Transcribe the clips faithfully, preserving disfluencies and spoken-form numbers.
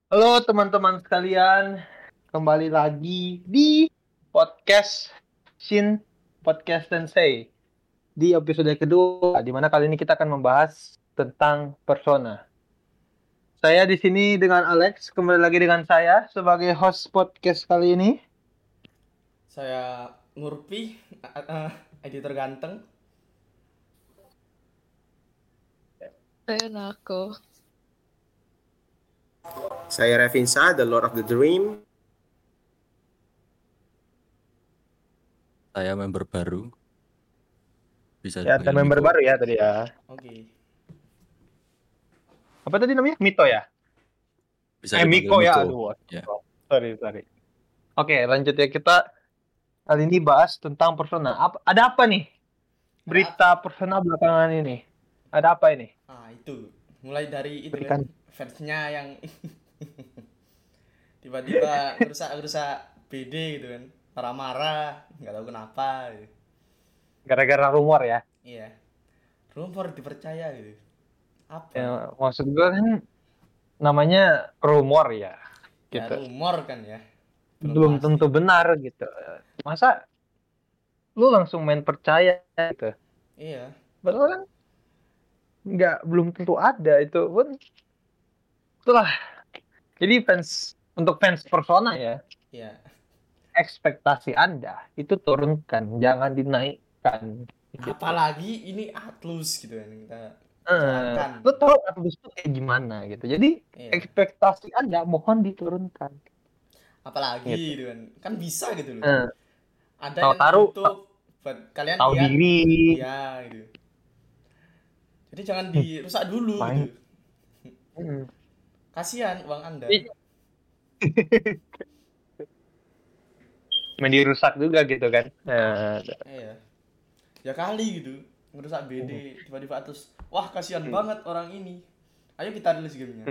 Halo teman-teman sekalian, kembali lagi di podcast Shin Podcast Sensei di episode kedua, di mana kali ini kita akan membahas tentang persona. Saya di sini dengan Alex, kembali lagi dengan saya sebagai host podcast kali ini. Saya Murphy, eh, editor ganteng. Saya Nako. Saya Revinsa, The Lord of the Dream. Saya member baru. Bisa Ya, ada dipanggil member Miko. baru ya tadi ya. Oke. Apa tadi namanya? Mito ya? Bisa Eh, dipanggil Miko ya, Miko. aduh. Ya. Sorry, sorry. Oke, lanjut ya, kita kali ini bahas tentang persona. Apa, ada apa nih? Berita persona belakangan ini. Ada apa ini? Ah, itu. Mulai dari itu Berikan. kan fansnya yang tiba-tiba ngerusak-ngerusak B D gitu kan. Marah-marah, nggak tahu kenapa gitu. Gara-gara rumor ya. Iya. Rumor dipercaya gitu. Apa? Ya, maksud gue kan namanya rumor ya. Ya Gitu. rumor kan ya. Belum pasti. tentu benar gitu. Masa lu langsung main percaya gitu. Iya. Padahal kan nggak belum tentu ada itu pun. Itulah. Jadi fans untuk fans persona ya, Iya. ekspektasi Anda itu turunkan, jangan dinaikkan. Gitu. Apalagi ini Atlus gitu kan kita Eh, bicarakan. lu tahu Atlus itu kayak gimana gitu. Jadi Iya. ekspektasi Anda mohon diturunkan. Apalagi Gitu. gitu kan. Kan bisa gitu loh. Eh, Ada tahu yang taruh YouTube buat kalian tahu lihat. diri. Iya gitu. Jadi jangan dirusak dulu Main. gitu. Hmm. Kasihan uang Anda. Iya. Main dirusak juga gitu kan. Nah, Iya. Ya kali gitu. Ngerusak B D tiba-tiba terus. Wah, kasihan banget orang ini. Ayo kita rilis gamenya.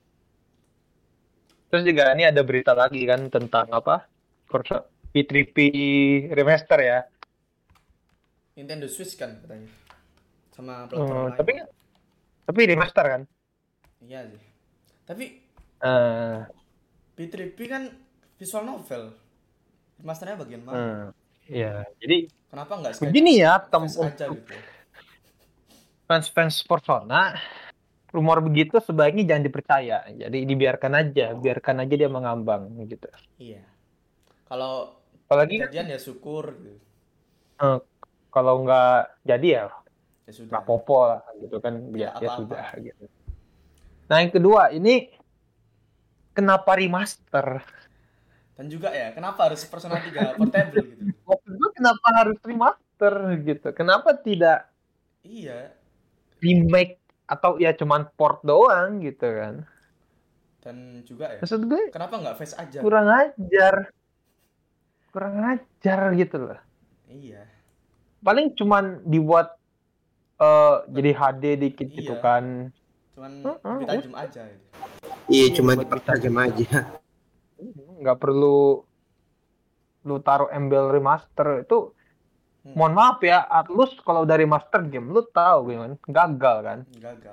terus juga ini ada berita lagi kan tentang apa? Corsa- P tiga P remaster ya. Nintendo Switch kan katanya. Sama Oh, platform lain. tapi tapi remaster kan. Iya sih. Tapi Eh, P tiga P kan visual novel. Remasternya bagian mana? hmm, ya, jadi Kenapa nggak begini ya, tem- F S aja gitu? fans-fans Persona, rumor begitu sebaiknya jangan dipercaya. Jadi dibiarkan aja, biarkan aja dia mengambang gitu. Iya. Kalau Apalagi kan, kejadian ya syukur gitu. eh, kalau nggak jadi ya Ya sudah. nggak popo lah gitu kan, ya, Tidak ya apa-apa. sudah gitu. Nah yang kedua ini kenapa remaster? Dan juga ya, kenapa harus Persona tiga portable gitu? Maksud gue kenapa harus remaster gitu? Kenapa tidak Iya. remake atau ya cuman port doang gitu kan? Dan juga ya, Maksud gue kenapa nggak face aja? kurang ajar, kurang ajar gitu loh. Iya. Paling cuman dibuat uh, jadi H D dikit Iya. gitu kan. Cuman Uh-uh. lebih tajam aja gitu. Iya, Iya, cuma buat dipertajam aja. Nggak perlu lu taruh embel remaster itu. Hmm. Mohon maaf ya, Atlus kalau dari master game lu tahu gimana? Gagal kan? Gagal.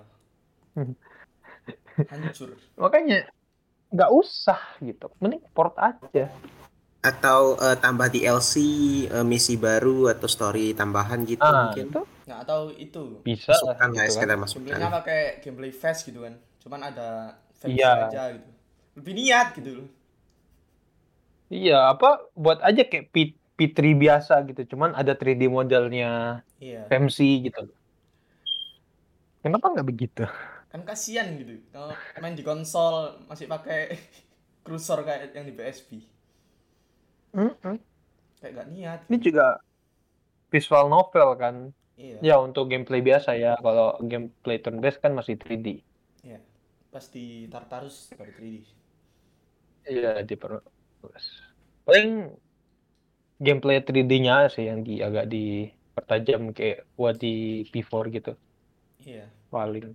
Hancur. Makanya nggak usah gitu. Mending port aja. Atau uh, tambah D L C, uh, misi baru atau story tambahan gitu Nah, mungkin. itu Nggak tahu itu. bisa lah Masukkan lah, gitu kan. sekedar masukkan. Gameplaynya pakai gameplay fast gitu kan. Cuman ada fancy Iya. aja gitu. Lebih niat gitu loh. Iya, apa buat aja kayak P- P3 biasa gitu. Cuman ada tiga D modelnya Iya. fancy gitu. Kenapa nggak begitu? Kan kasihan gitu. Kalau main di konsol masih pakai cursor kayak yang di P S P. Mm-mm. Kayak nggak niat. Ini juga visual novel kan. Iya. Ya untuk gameplay biasa ya. Kalau gameplay turn based kan masih tiga D. Iya. Pas di Tartarus baru tiga D. Iya, diperluas. Paling gameplay tiga D-nya sih yang di agak dipertajam kayak buat di P empat gitu. Iya. Paling.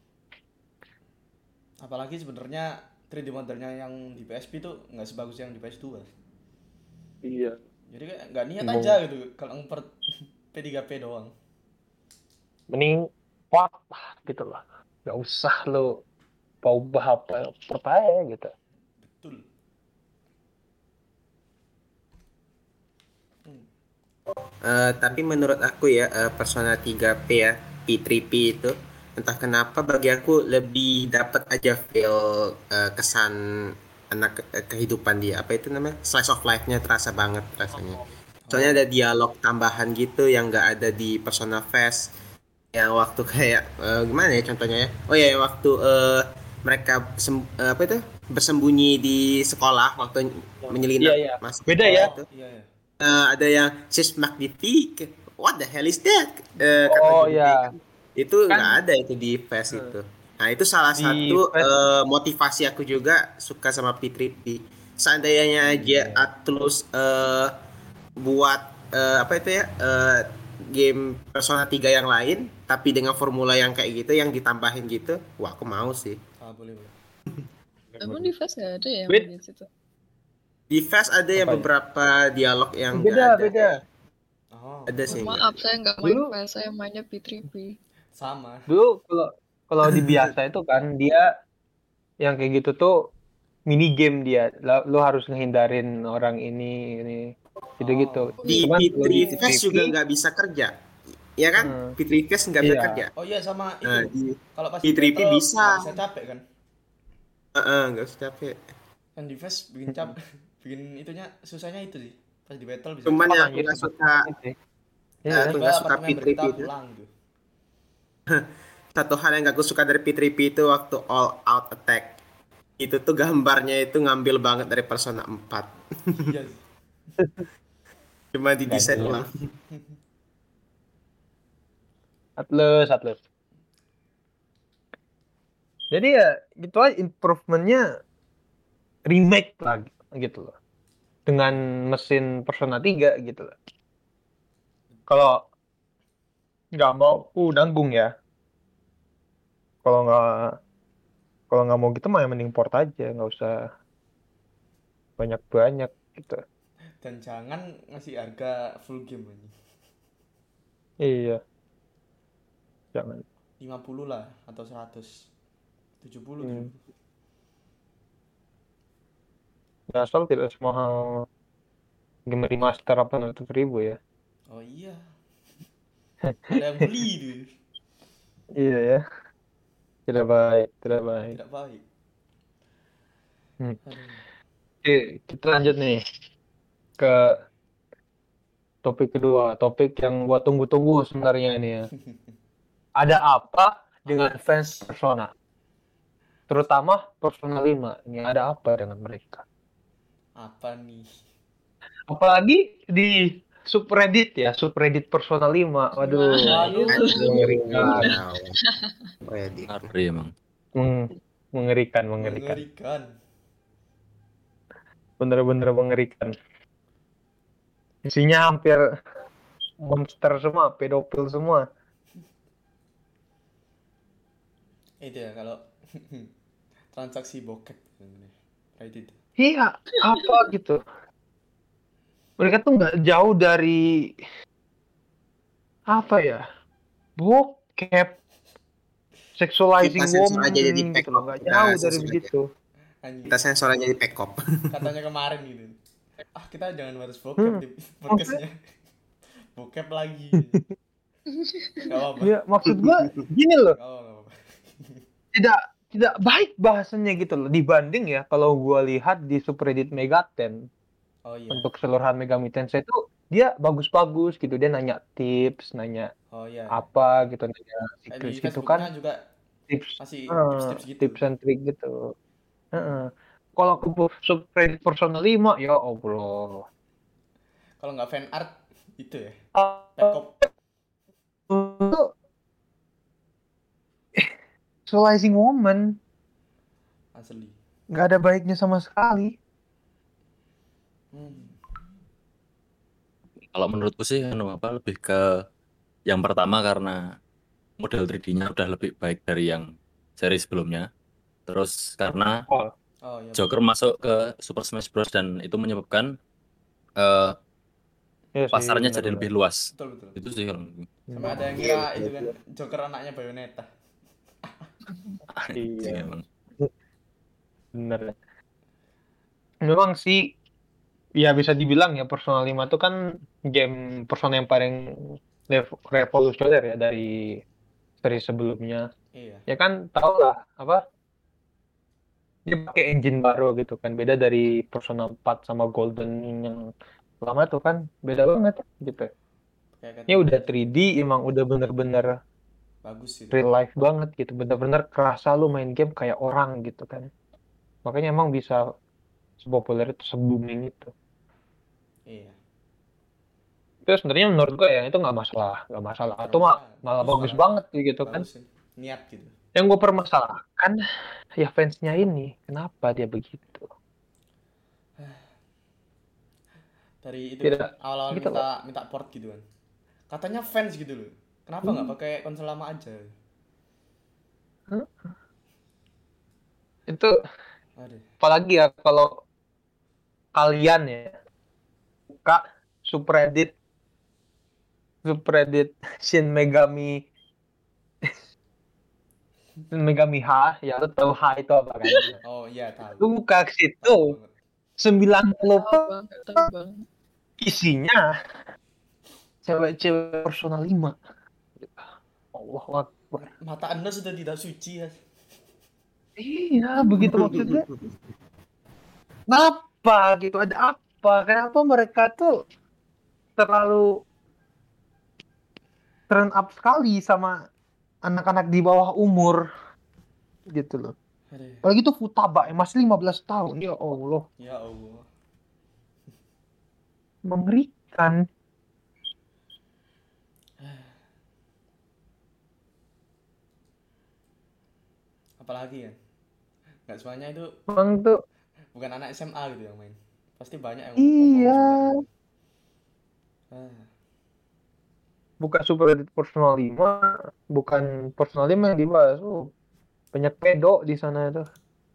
Apalagi sebenarnya tiga D modelnya yang di P S P tuh nggak sebagus yang di P S dua. Iya. Jadi kayak nggak niat Embung. aja gitu kalau ngempert P tiga P doang. Mending port lah gitu lah. Gak usah lo apa ubah apa percaya gitu. Betul. Hmm. Eh, tapi menurut aku ya eh, Persona tiga P ya P tiga P itu entah kenapa bagi aku lebih dapat aja feel eh, kesan anak eh, kehidupan dia apa itu namanya slice of life-nya terasa banget rasanya. Soalnya ada dialog tambahan gitu yang nggak ada di Persona Fest yang waktu kayak eh, gimana ya contohnya ya oh ya yang waktu eh, mereka sem- eh, apa itu bersembunyi di sekolah waktu menyelinap Iya, iya. masuk Beda sekolah ya. itu. Iya ya. Eh, ada yang sis magnifique what the hell is that Eh, kata Oh guru ya, itu kan nggak ada itu di fest eh, itu. Nah itu salah di satu Fest eh, motivasi aku juga suka sama P tiga P. Seandainya aja iya. Atlus eh, buat eh, apa itu ya eh, game Persona tiga yang lain, tapi dengan formula yang kayak gitu, yang ditambahin gitu, wah aku mau sih. Ah, boleh boleh. Emang di Fast nggak ada ya yang Wait. bagian situ? Di Fest ada yang Apanya? beberapa dialog yang nggak Beda, ada. beda. Oh, Ada sih Mohon nggak maaf, ada. saya nggak main Dulu- Fast, saya mainnya P tiga P. sama. Dulu kalau kalau di biasa itu kan dia yang kayak gitu tuh mini game dia. Lo, lo harus ngehindarin orang ini ini gitu-gitu. Oh. Di Cuman P kalau di tiga Fest P tiga P, juga nggak bisa kerja, ya kan? Hmm. P tiga Fest nggak bisa Iya. kerja. Oh iya sama itu. Nah, di Kalau pas P tiga P battle, bisa. nggak bisa capek kan? Heeh, nggak usah capek. Kan di Fast bikin cap bikin itunya susahnya itu sih. Pas di battle bisa. Cuman Oh, yang aku anjir, nggak sempat suka, gitu ya. eh, Iya, aku Tiba nggak suka apartemen P tiga berita P itu. pulang tuh. Satu hal yang gak aku suka dari P tiga P itu waktu all out attack. Itu tuh gambarnya itu ngambil banget dari Persona empat. Iya sih. Cuma didesain Ganjil. ulang. Atlas, Atlas. Jadi ya gitu aja improvementnya remake lah gitu loh. Dengan mesin Persona tiga gitu loh. Kalau nggak mau, uh nanggung ya. Kalau nggak kalau nggak mau gitu mah yang mending port aja, nggak usah banyak-banyak gitu. Dan jangan ngasih harga full game ini. Iya, jangan. lima puluh lah atau seratus. tujuh puluh Hmm. tuh. Nggak asal tidak semahal game remaster apa ratus ribu ya. Oh iya. Ada yang beli tuh. Iya ya. Tidak baik, tidak baik. Tidak baik. Hmm. Aduh. Oke, kita lanjut nih ke topik kedua, topik yang gua tunggu-tunggu sebenarnya ini ya. Ada apa dengan fans Persona? Terutama Persona lima. Ini ada apa dengan mereka? Apa nih? Apalagi di subreddit ya, subreddit Persona lima. Waduh, Waduh. itu mengerikan. Wow. Ready. Ngeri emang. Meng- mengerikan, mengerikan. Mengerikan. Bener-bener mengerikan. Isinya hampir monster semua, pedofil semua. Itu ya kalau transaksi bokep right itu. Iya, apa gitu. Mereka tuh nggak jauh dari apa ya? Bokep, sexualizing Kita sensor woman aja jadi gitu pekop. loh, nggak Kita jauh dari sensor aja. begitu. Anjing. Kita sensor aja di pekop. Katanya kemarin gitu. Ah, kita jangan bahas bokep Hmm. di podcastnya. Bokep lagi. Gak apa-apa. Ya, maksud gua gini loh, Gak apa-apa. tidak tidak baik bahasanya gitu loh dibanding ya kalau gua lihat di subreddit Megaten Oh iya. untuk keseluruhan Megami Tensei itu dia bagus-bagus gitu, dia nanya tips, nanya Oh iya. apa gitu, nanya Eh, di secrets gitu Facebooknya kan, juga tips masih eh, tips-tips gitu. tips and trick gitu. Heeh. Kalau ke subreddit Persona lima ya Allah. Kalau nggak fan art itu ya. Ah, Pekop. itu sexualizing woman Asli. nggak ada baiknya sama sekali. Hmm. Kalau menurutku sih anu apa lebih ke yang pertama karena model tiga D-nya udah lebih baik dari yang seri sebelumnya. Terus karena Oh, Oh iya. Joker masuk ke Super Smash Bros dan itu menyebabkan eh, iya sih, pasarnya jadi benar-benar. lebih luas. Betul betul. Itu sih kalau menurutku. Sampai ada yang kira itu kan Joker anaknya Bayonetta. Iya. Iya, emang. bener. Memang sih, ya bisa dibilang ya Persona lima itu kan game Persona yang paling rev- revolusioner ya dari seri sebelumnya. Iya. Ya kan tau lah apa dia pakai engine baru gitu kan, beda dari Persona empat sama Golden yang lama tuh kan beda banget gitu. Kayak Ini udah teknologi tiga D, emang udah bener-bener bagus gitu. real life banget gitu, bener-bener kerasa lu main game kayak orang gitu kan. Makanya emang bisa sepopuler itu, se-booming itu. Iya. Itu sebenarnya menurut gue ya itu nggak masalah, nggak masalah. Gak Atau mah masalah. malah Bagus bagus malah. banget sih gitu kan. Bagus sih. Niat gitu. Yang gue permasalahkan ya fansnya ini, kenapa dia begitu? Dari itu Tidak kan awal-awal gitu loh. minta minta port gitu kan. Katanya fans gitu loh. Kenapa nggak Hmm. pakai konsol lama aja? Hmm. Itu Aduh. apalagi ya kalau kalian ya buka subreddit subreddit Shin Megami Shin Megami H, ya lu tahu H itu apa kan? Oh iya tahu. Lu buka ke Tahu situ banget. sembilan puluh Tahu bang, tahu bang. isinya cewek-cewek Persona lima. Allah Akbar. Mata Anda sudah tidak suci ya. Iya, begitu maksudnya. Kenapa gitu? Ada apa? Kenapa mereka tuh terlalu turn up sekali sama anak-anak di bawah umur gitu loh. Aduh. Apalagi tuh Futaba yang masih lima belas tahun. Ya Allah, Ya Allah. mengerikan. Apalagi ya? Nggak semuanya itu Emang tuh bukan anak S M A gitu yang main. Pasti banyak yang iya. om-om juga. Ah, Buka subreddit Persona lima, bukan Persona lima yang dibahas. Oh, banyak pedo di sana tuh.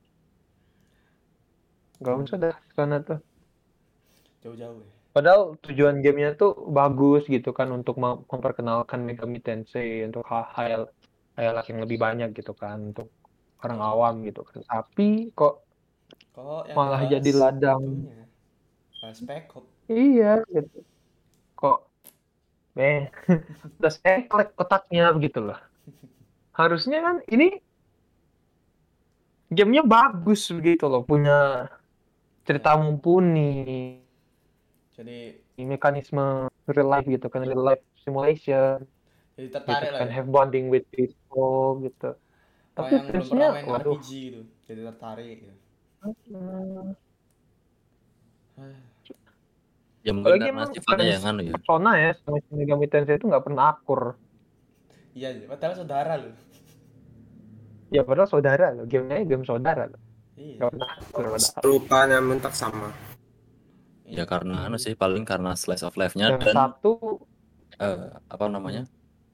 Gak usah dah ke sana tuh. jauh-jauh ya. Padahal tujuan gamenya tuh bagus gitu kan untuk mem- memperkenalkan Megami Tensei untuk hal-hal hal yang lebih banyak gitu kan untuk orang Iya. awam gitu kan. Tapi kok Kok yang malah dibahas jadi ladang. itunya? Bahas Pekop. Iya gitu. Kok eh udah seklek kotaknya begitu loh. Harusnya kan ini gamenya bagus begitu loh, punya cerita mumpuni, Jadi mekanisme real life gitu kan, real life simulation jadi gitu tertarik lah kan, ya. have bonding with people gitu. Kalau Tapi yang belum pernah fansnya, main waduh. R P G gitu, jadi tertarik gitu. Hmm. Ah, Ya mungkin Apalagi karena emang sifatnya fans yang anu ya. Persona ya sama Shin Megami Tensei itu nggak pernah akur. Iya, padahal saudara loh. Ya padahal saudara loh, gamenya game saudara loh. Iya. Nggak pernah akur padahal. Serupa namun tak sama. Ya karena anu sih paling karena slice of life-nya Yang dan satu, eh, apa namanya?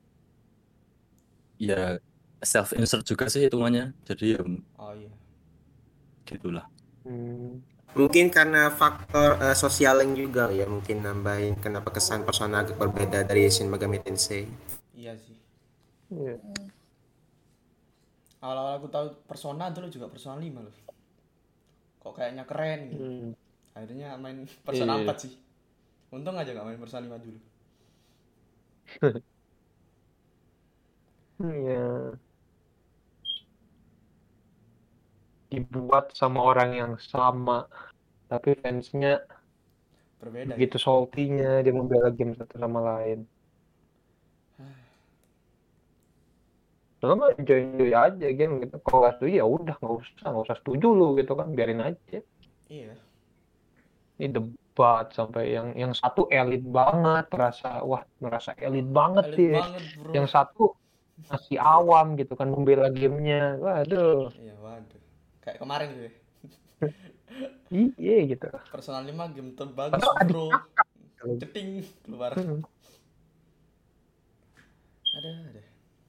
Ya self insert juga sih hitungannya. Jadi ya Oh iya. gitulah. hmm, Mungkin karena faktor eh, sosialing juga ya, mungkin nambahin kenapa kesan persona agak berbeda dari Shin Megami Tensei. Iya sih. iya. Awal-awal aku tahu Persona dulu juga Persona lima loh. Kok kayaknya keren gitu. Hmm, Akhirnya main Persona Iya. empat sih. Untung aja gak main Persona lima dulu. Iya. Dibuat sama orang yang sama, tapi fansnya Berbeda begitu ya. salty-nya dia membela game satu sama lain. Lo mah enjoy enjoy aja game gitu. Kalau nggak setuju ya udah, nggak usah nggak usah setuju lu gitu kan, biarin aja. Iya. Ini debat sampai yang yang satu elit banget, merasa wah merasa elit banget Elit dia. banget bro. Yang satu masih awam gitu kan membela gamenya. Waduh, Iya waduh. Kayak kemarin gitu ya. iya gitu. Persona lima game terbagus Padahal adik bro. kalau Ceting keluar. hmm, Ada ada.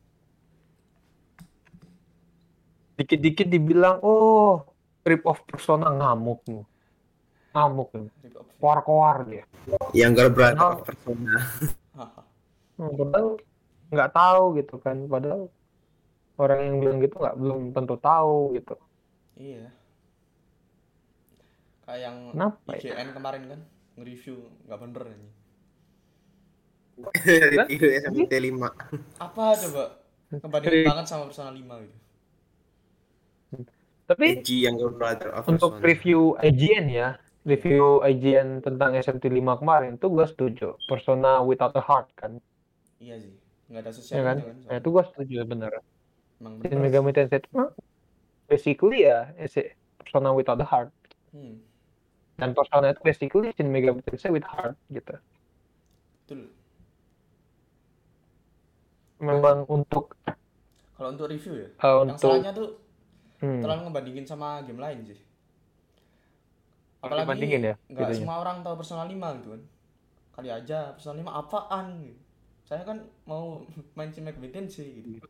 dikit-dikit dibilang oh rip off Persona, ngamuk nih. Ngamuk nih. Rip off. Koar-koar dia. Younger brother Padahal, of persona. Haha. hmm, padahal nggak tahu gitu kan. Padahal orang yang bilang gitu nggak belum tentu tahu gitu. Iya. Kayak yang Kenapa I G ya? N kemarin kan nge-review nggak bener ini. Review S M T lima. Apa coba? Ngebandingin banget sama Persona lima gitu. Tapi Eiji yang brother of untuk Persona. review I G N ya, review I G N tentang S M T lima kemarin tuh gue setuju. Persona Without a Heart kan, Iya sih. Nggak ada ya kan? sosialnya kan Nah, soalnya. itu gue setuju bener. Emang Shin bener Megami sih. Tensei itu mah basically ya isi- Persona Without a Heart. Hmm, Dan Persona itu basically Shin Megami Tensei with Heart gitu. betul. Memang untuk Kalau untuk review ya, uh, yang untuk salahnya tuh hmm, terlalu ngebandingin sama game lain sih. kalau dibandingin Apalagi ya nggak gitunya. semua orang tahu Persona lima gitu kan. Kali aja Persona lima apaan gitu. Saya kan mau main Shin Megami Tensei gitu.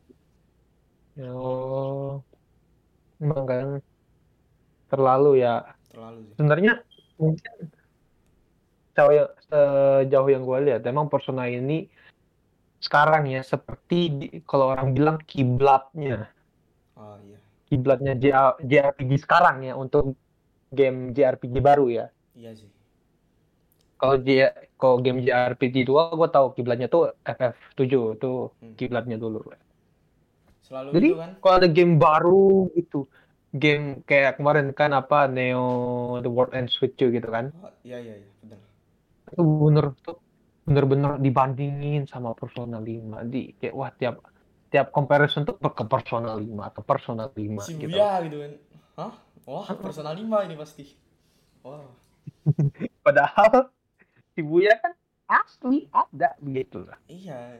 Oh, memang kan terlalu ya. Terlalu sih. Sebenarnya mungkin sejauh yang, sejauh yang gue lihat, emang Persona ini sekarang ya seperti di- kalau orang bilang kiblatnya, Oh iya. kiblatnya J R P G sekarang ya untuk game J R P G baru ya. Iya sih. Kalau J kalau game J R P G dua gue tahu kiblatnya tuh F F tujuh tuh Hmm. kiblatnya dulu. Selalu Jadi gitu kan. kalau ada game baru gitu, game kayak kemarin kan apa Neo The World Ends With You gitu kan, Oh, iya iya iya bener. itu bener tuh bener-bener dibandingin sama Persona lima di kayak wah tiap tiap comparison tuh ke Persona lima atau Persona lima gitu. Shibuya gitu kan. Hah? Wah Persona lima ini pasti. Wah. Padahal Shibuya kan asli ada begitu lah. Iya.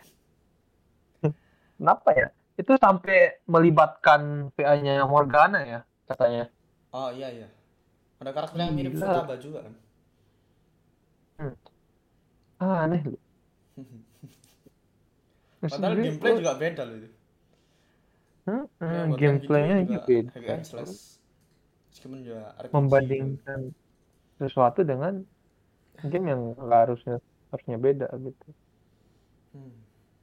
Kenapa ya? Itu sampai melibatkan V A-nya Morgana ya katanya. Oh iya iya. Ada karakter yang mirip Gila. Futaba juga kan. Hmm. Ah, aneh loh. Padahal Sebenarnya gameplay gua- juga beda loh itu. Hmm, Ini hmm, yang buat gameplaynya video juga juga hack beda. and slash. Meskipun juga R P G gitu. Membandingkan sesuatu dengan game yang nggak harusnya harusnya beda gitu. Hmm.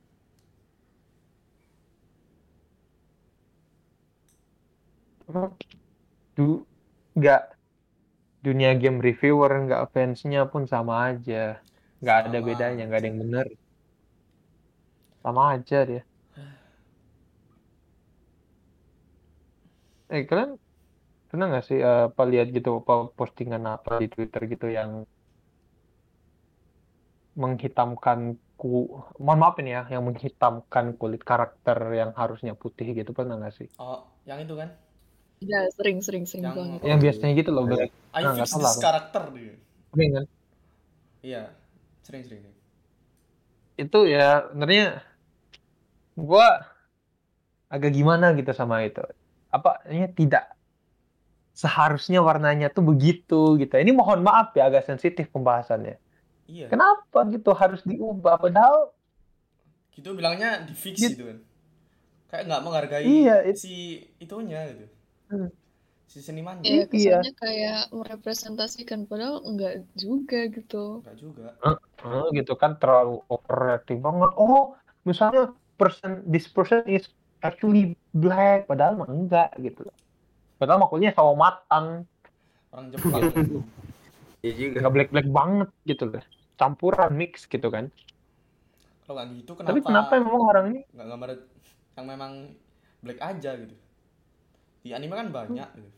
Emang du nggak dunia game reviewer nggak fansnya pun sama aja, nggak ada Sama bedanya, nggak ada aja. yang bener, sama aja dia. Eh kalian pernah nggak sih eh, apa lihat gitu apa postingan apa di Twitter gitu yang menghitamkan ku mohon maaf ini ya yang menghitamkan kulit karakter yang harusnya putih gitu pernah nggak sih? Oh, yang itu kan? Ya, sering, sering, sering Yang banget. Yang biasanya gitu loh, Banyak. I nah, nggak fix tahu this lah. karakter dia. Sering kan? Iya, sering sering. sering. Itu ya sebenarnya gua agak gimana gitu sama itu. Apa ini tidak seharusnya warnanya tuh begitu gitu. Ini mohon maaf ya agak sensitif pembahasannya. Iya. Kenapa gitu harus diubah padahal Gitu bilangnya di fix Gitu. gitu kan. Kayak nggak menghargai Iya, it- si itunya gitu. Hmm. Si senimannya. Ya, Iya. kesannya kayak merepresentasikan, padahal enggak juga gitu. Enggak juga. eh, gitu kan terlalu overreacting banget. Oh, misalnya person this person is actually black padahal mah enggak gitu. Padahal makulnya sawo matang, Orang Jepang kan. Iya juga. nggak black-black banget gitu loh. Campuran mix gitu kan. Kalau nggak gitu kenapa? Tapi kenapa memang orang ini nggak gambar yang memang black aja gitu? Di anime kan banyak gitu.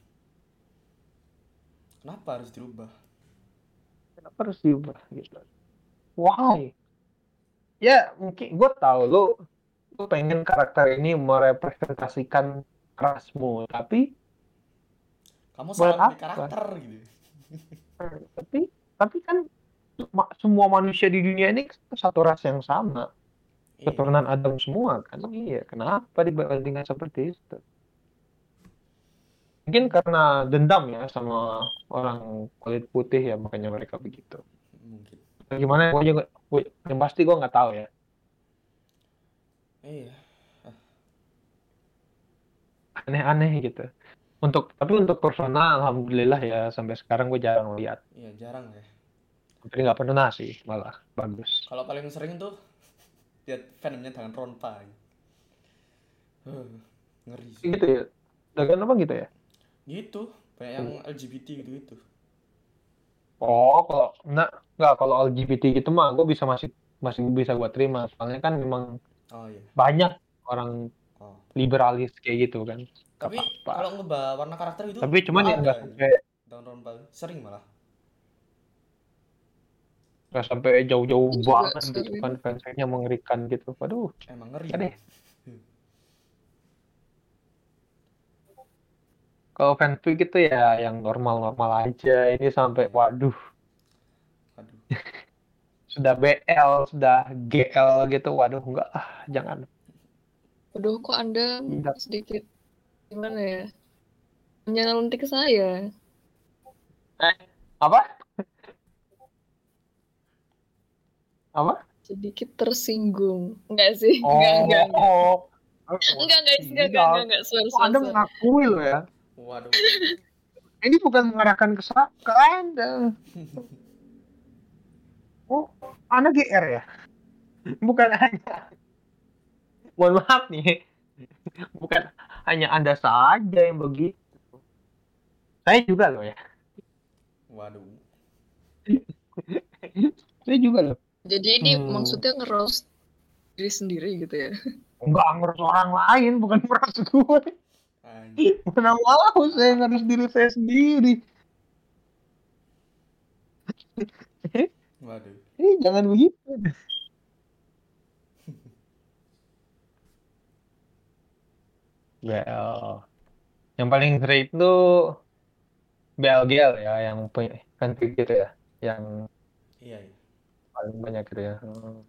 Kenapa harus dirubah? kenapa harus diubah gitu? Why? Ya mungkin gue tahu lo lo pengen karakter ini merepresentasikan rasmu, tapi Kamu Buat salah milih apa? karakter gitu. eh, tapi tapi kan ma- semua manusia di dunia ini kan satu ras yang sama, Iya. keturunan Adam semua kan. Iya, kenapa dibandingkan seperti itu? Mungkin karena dendam ya sama orang kulit putih ya makanya mereka begitu. Mungkin. Gimana? Gue juga, gua- yang pasti gue nggak tahu ya. Iya. Aneh-aneh gitu. Untuk tapi untuk Persona, alhamdulillah ya sampai sekarang gue jarang lihat. Iya, jarang ya. Tapi nggak pernah sih, malah bagus. Kalau paling sering tuh lihat filmnya dengan Ronpa. Huh, ngeri sih. Gitu ya. Dagan apa gitu ya? Gitu. Banyak yang L G B T gitu-gitu. Oh, kalau nah nggak kalau L G B T gitu mah gue bisa masih masih bisa gue terima. Soalnya kan memang Oh iya. banyak orang Oh. liberalis kayak gitu kan. Gak Tapi apa-apa. kalau ngubah warna karakter itu Tapi cuman ya nggak nggak ada sampai ya. Tahun-tahun baru sering malah. nggak sampai jauh-jauh Ini juga banget gitu sering. kan fansnya mengerikan gitu. Waduh, Emang ngeri. ya deh. Hmm. Kalau fanfic itu ya yang normal-normal aja. Ini sampai Iya. waduh, Aduh. sudah B L, sudah G L gitu. Waduh, enggak ah, jangan. Aduh, kok Anda Tidak. sedikit gimana ya? Menyelentik ke saya. Eh, apa? Apa? Sedikit tersinggung. Enggak sih, enggak, enggak, enggak. Oh, Enggak, guys, enggak, enggak, tidak. enggak, enggak. Suara, Oh, suara, Anda suara. mengakui loh ya. Waduh. Ini bukan mengarahkan ke sa- ke Anda. Oh, Anda G R ya? Bukan hanya. Mohon maaf nih. Bukan hanya Anda saja yang begitu. Saya juga loh ya. Waduh. Saya juga loh. Jadi ini Hmm. maksudnya nge-roast diri sendiri gitu ya? Enggak ngerus orang lain, bukan meras gue. Anjir. Mana mau saya ngerus diri saya sendiri. Waduh. Eh, jangan begitu. B L. Yang paling sering itu B L G L ya, yang punya fanfic gitu ya. Yang Iya, iya. paling banyak gitu ya. Hmm.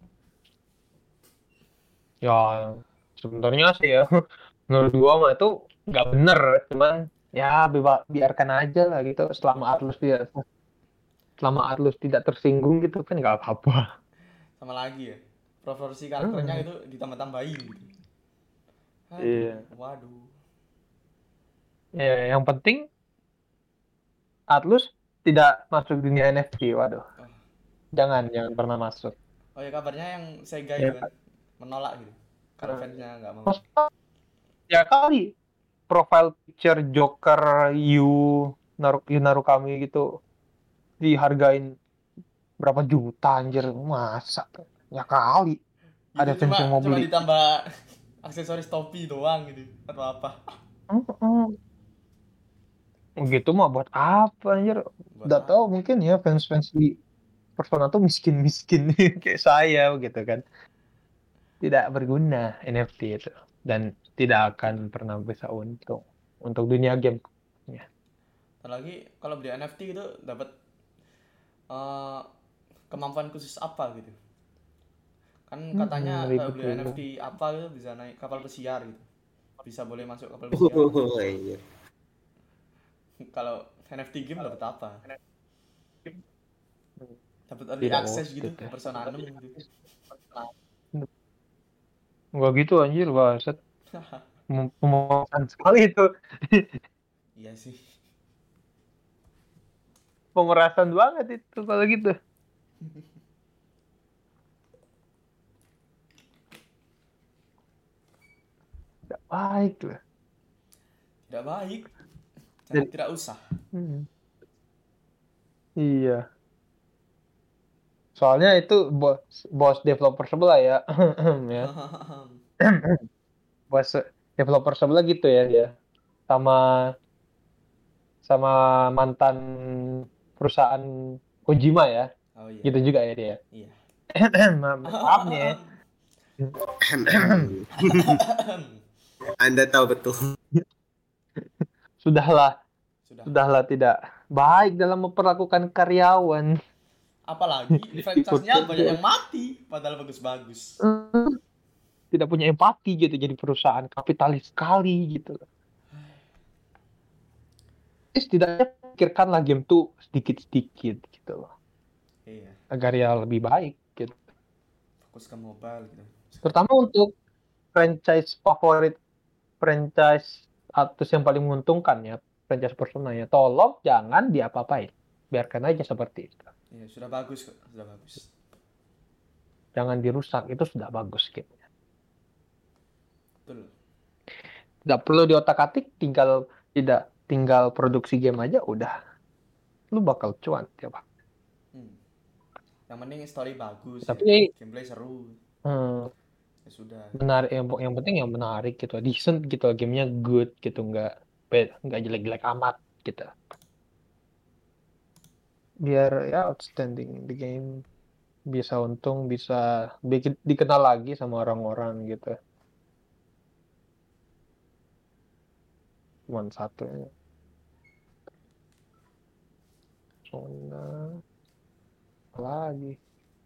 Ya, sebenarnya sih ya, menurut gua mah itu nggak bener. Cuman ya biba- biarkan aja lah gitu. Selama Atlus tidak, selama Atlus tidak tersinggung gitu kan nggak apa-apa. Sama lagi ya. Proporsi karakternya Hmm. itu ditambah-tambahin gitu. Aduh. Iya. Waduh. Ya, yang penting Atlus tidak masuk dunia N F T. Waduh, Oh. jangan, jangan pernah masuk. Oh ya, kabarnya yang Sega Ya, itu kan menolak gitu. Karena fansnya nggak mau. masa ya kali profile picture Joker Yu Naru Yu Narukami gitu dihargain berapa juta anjir, masa ya kali Itu ada fans cuma yang mau cuma beli. ditambah aksesoris topi doang gitu atau apa? Heeh. Gitu mah buat apa anjir? Buat Udah apa? tahu mungkin ya fans-fans di Persona tuh miskin-miskin kayak saya gitu kan. Tidak berguna N F T itu dan tidak akan pernah bisa untung untuk dunia game. Ya. Dan lagi kalau beli N F T itu dapat eh, kemampuan khusus apa gitu. Kan katanya Hmm, kalau ribet beli N F T dulu. apa gitu bisa naik kapal pesiar gitu. Bisa boleh masuk kapal pesiar. Oh, iya. Kalau N F T game dapat apa? Dapat early Tidak access worth gitu it ke ya. Persona enam gitu. Enggak gitu anjir, baset. Mem- Memuaskan sekali itu. Iya sih. Pemerasan banget itu kalau gitu. Tidak baik lah. Tidak baik. Jangan Jadi- tidak usah. Hmm. Iya. Soalnya itu bos bos developer sebelah ya. Ya. Bos developer sebelah gitu ya dia. Sama sama mantan perusahaan Kojima ya. Oh iya. Gitu juga ya dia. Iya. Maaf maaf nih ya. Anda tahu betul. Sudahlah, Sudah. sudahlah tidak baik dalam memperlakukan karyawan. Apalagi franchise-nya banyak yang mati padahal bagus-bagus. Eh, Tidak punya empati gitu, jadi perusahaan kapitalis sekali gitu. Jadi setidaknya pikirkanlah game tuh sedikit-sedikit gitu loh, Iya. agar ya lebih baik gitu. Fokus ke mobile gitu. Terutama untuk franchise favorit, franchise Atlus yang paling menguntungkan ya, franchise Persona ya. Tolong jangan diapa-apain. Biarkan aja seperti itu. Iya, sudah bagus kok, sudah bagus. Jangan dirusak, itu sudah bagus gamenya. Betul. Tidak perlu diotak-atik, tinggal tidak tinggal produksi game aja udah lu bakal cuan tiap hari. Hmm. Yang penting story bagus ya, Tapi gameplay seru. hmm, Ya sudah. menarik yang, yang penting yang menarik gitu, decent gitu, gamenya good gitu, nggak bad, nggak jelek-jelek amat gitu. Biar ya outstanding the game, bisa untung, bisa bikin dikenal lagi sama orang-orang gitu. Cuman satu ya. Persona apa lagi.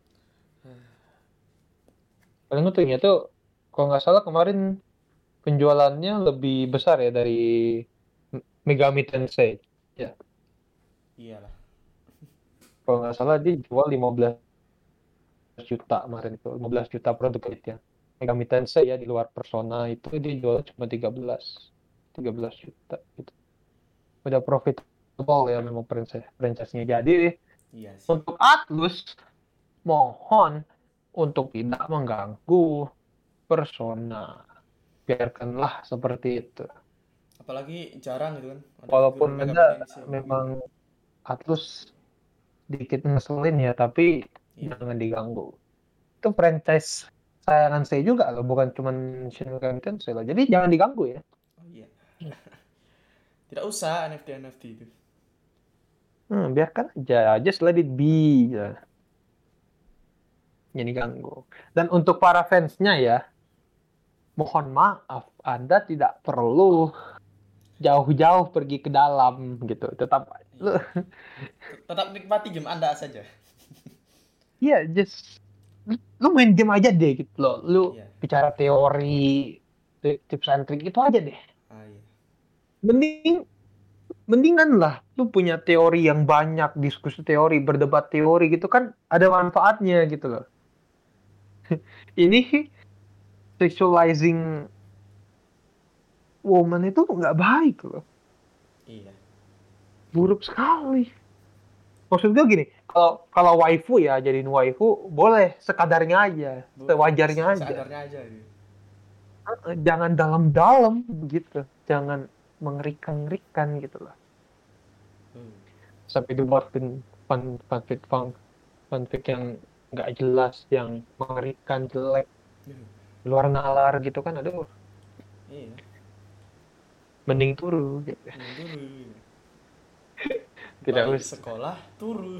Paling untungnya tuh kalau nggak salah kemarin penjualannya lebih besar ya dari Megami Tensei. Ya, Iyalah. kalau nggak salah dia jual lima belas juta kemarin itu, lima belas juta produk ya. Megami Tensei ya di luar Persona itu dia jual cuma tiga belas juta gitu. Udah profitable ya memang franchise franchise-nya. Jadi Iya sih. untuk Atlus mohon untuk tidak mengganggu Persona. Biarkanlah seperti itu. Apalagi jarang gitu kan ada Walaupun figur Megami ada Tensei. memang Atlus dikit ngeselin ya, tapi Iya. jangan diganggu. Itu franchise sayangan saya juga loh, bukan cuma Shin Megami Tensei loh. Jadi jangan diganggu ya. Oh iya. Tidak usah N F T N F T itu. Hmm, biarkan aja, just let it be. Ya. Jangan diganggu. Dan untuk para fansnya ya, mohon maaf, Anda tidak perlu jauh-jauh pergi ke dalam gitu. Tetap lu, Tetap nikmati game Anda saja. ya just lu main game aja deh gitu loh. Lu Iya. bicara teori, tips and trick itu aja deh. Ah iya. Mending mendingan lah lu punya teori yang banyak, diskusi teori, berdebat teori gitu kan ada manfaatnya gitu loh. Ini sexualizing woman itu nggak baik loh. Iya. Buruk sekali. Maksud gue gini, kalau kalau waifu ya jadiin waifu boleh sekadarnya aja, sewajarnya aja. Seadarnya aja gitu. Jangan dalam-dalam gitu, jangan mengerikan-ngerikan gitu loh. Hmm. Sampai dibuatin fan fanfic fan fanfic yang nggak jelas, yang mengerikan, jelek, luar nalar gitu kan, aduh, Iya. mending turu gitu. Mending turu. Tidak Balik usah, sekolah turu.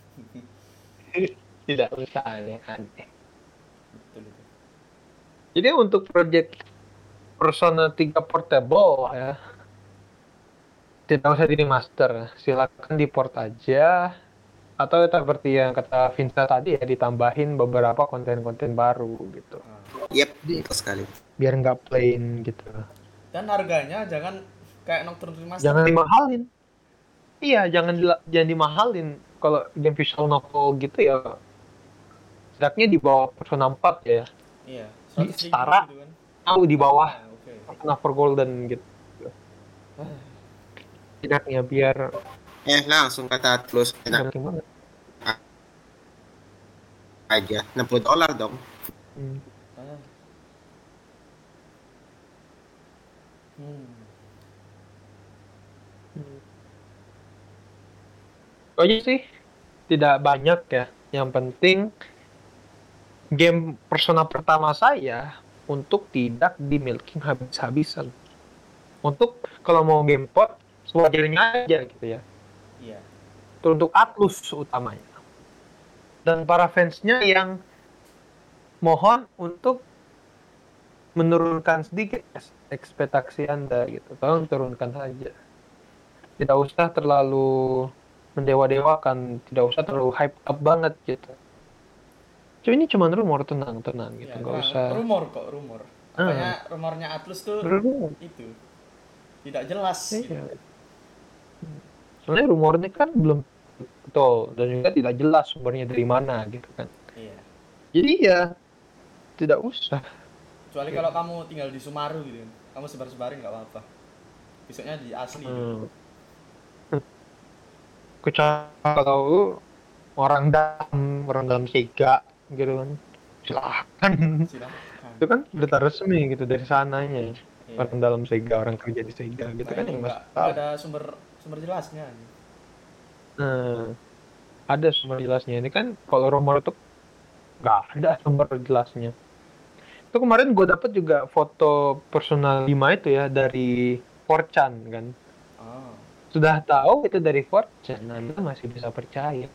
tidak usah aneh-aneh. Betul itu. Jadi untuk project Persona tiga Portable ya, tidak usah di remaster, silakan di port aja, atau seperti yang kata Vinta tadi ya, ditambahin beberapa konten-konten baru gitu, Ah. Yep, betul sekali. biar nggak plain gitu. Dan harganya jangan kayak Nocturne Remaster. Jangan dimahalin. Iya, jangan dila- jangan dimahalin. Kalau game visual novel gitu ya, setidaknya di bawah Persona empat ya, Iya. Di- seratus ribu setara. gitu kan. atau di bawah Ah, oke. Persona four Golden gitu. Ah, Setidaknya biar Eh, langsung kata Atlus, enak biar gimana? aja. enam puluh dolar dong. Hmm. ah. Hmm. Hmm. Oh iya sih, tidak banyak ya. Yang penting game Persona pertama saya untuk tidak di milking habis-habisan. Untuk kalau mau game port, sewajarnya aja gitu ya. Iya. Itu untuk Atlus utamanya. Dan para fansnya yang mohon untuk menurunkan sedikit ekspektasi Anda gitu. Tolong turunkan saja. Tidak usah terlalu mendewa-dewakan, tidak usah terlalu hype up banget gitu. Cuma ini cuma rumor, tenang-tenang gitu, Ya, nggak tenang. usah. Rumor kok, rumor. Makanya rumornya Atlus tuh Rumor. itu tidak jelas. Gitu. Iya. Soalnya rumornya kan belum betul dan juga tidak jelas sumbernya dari mana gitu kan. Iya. Jadi ya tidak usah. Kecuali kalau kamu tinggal di Sumaru gitu, kamu sebar-sebarin nggak apa-apa. Besoknya di asli. Gitu. Hmm. Kecuali kalau orang dalam, orang dalam Sega gitu kan, silahkan. Silahkan. Itu kan berita resmi gitu dari sananya. Iya. orang dalam Sega, orang kerja di Sega gitu Nah, kan ini yang nggak masalah. nggak ada sumber sumber jelasnya. Nah, ada sumber jelasnya. Ini kan kalau rumor itu nggak ada sumber jelasnya. Itu kemarin gue dapet juga foto personal lima itu ya dari four chan kan. Ah, Sudah tahu itu dari four chan, Anda masih bisa percaya.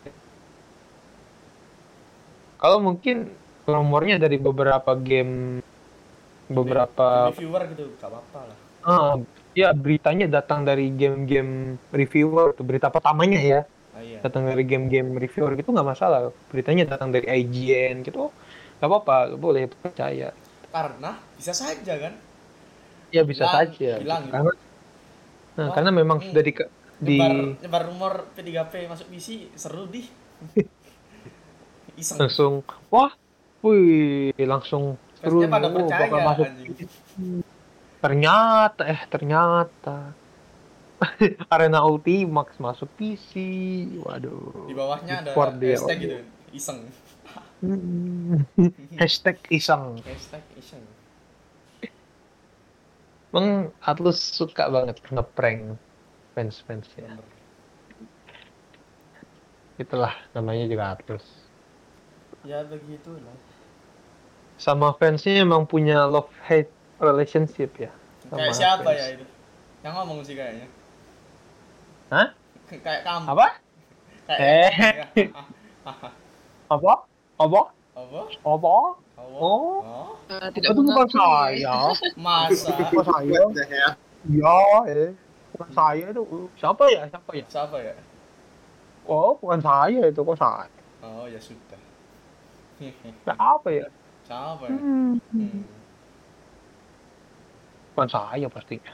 Kalau mungkin rumornya dari beberapa game, beberapa reviewer gitu, nggak apa-apa lah. ah, ya beritanya datang dari game-game reviewer, itu berita pertamanya ya. Ah iya. Datang dari game-game reviewer gitu nggak masalah. Beritanya datang dari I G N gitu, nggak apa-apa, boleh percaya. Karena bisa saja kan. Ya bisa Bilang- saja. bilang gitu. Karena, nah, Wah, karena memang ini sudah di, di Nyebar, nyebar rumor P tiga P masuk P C seru dih. Iseng. langsung, wah, wih, langsung seru Pastinya pada nih, oh, bakal percaya masuk. anjing. Ternyata, eh ternyata Arena Ultimax masuk P C, waduh. Di bawahnya ada Support dia, hashtag waduh. gitu. Iseng. Hmm. Hashtag iseng. Hashtag iseng. Bang Atlus suka banget ngeprank fans-fans ya. Bener. Itulah namanya juga Atlus. Ya begitulah. Sama fansnya emang punya love hate relationship ya. Sama Kayak siapa fans. ya itu? Yang ngomong sih kayaknya. Hah? Kayak kamu. Apa? Kayak Eh. Apa? Apa? Apa? Apa? Apa? Oh. Oh. Eh, tidak Itu bukan mengakui. saya. Masa? Bukan saya. What the hell? Ya, eh. Bukan saya itu. Siapa ya? Siapa ya? Siapa ya? Oh, bukan saya itu. Kok saya? Oh ya sudah. Siapa ya? Siapa ya? Hmm. Hmm. Bukan saya pastinya.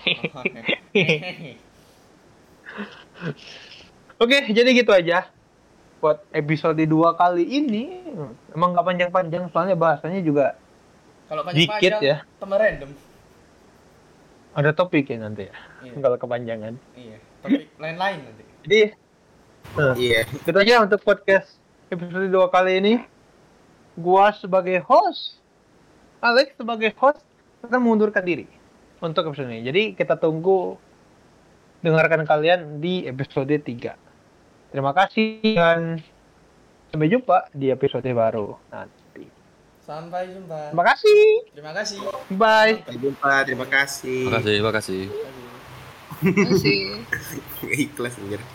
Oke, jadi gitu aja. Buat episode dua kali ini, emang nggak panjang-panjang, soalnya bahasanya juga Kalau Dikit panjang-panjang ya. tambah random. ada topiknya nanti ya. Iya. Kalau kepanjangan. Iya. Topik lain-lain nanti. Jadi, nah, Iya. itu aja untuk podcast episode dua kali ini. Gua sebagai host, Alex sebagai host, akan mengundurkan diri untuk episode ini. Jadi, kita tunggu dengarkan kalian di episode tiga. Terima kasih dan sampai jumpa di episode baru nanti. Sampai jumpa. Terima kasih. Terima kasih. Bye. Sampai jumpa. Terima kasih. Makasih, makasih. Terima kasih. Masih. Nggak ikhlas anjir.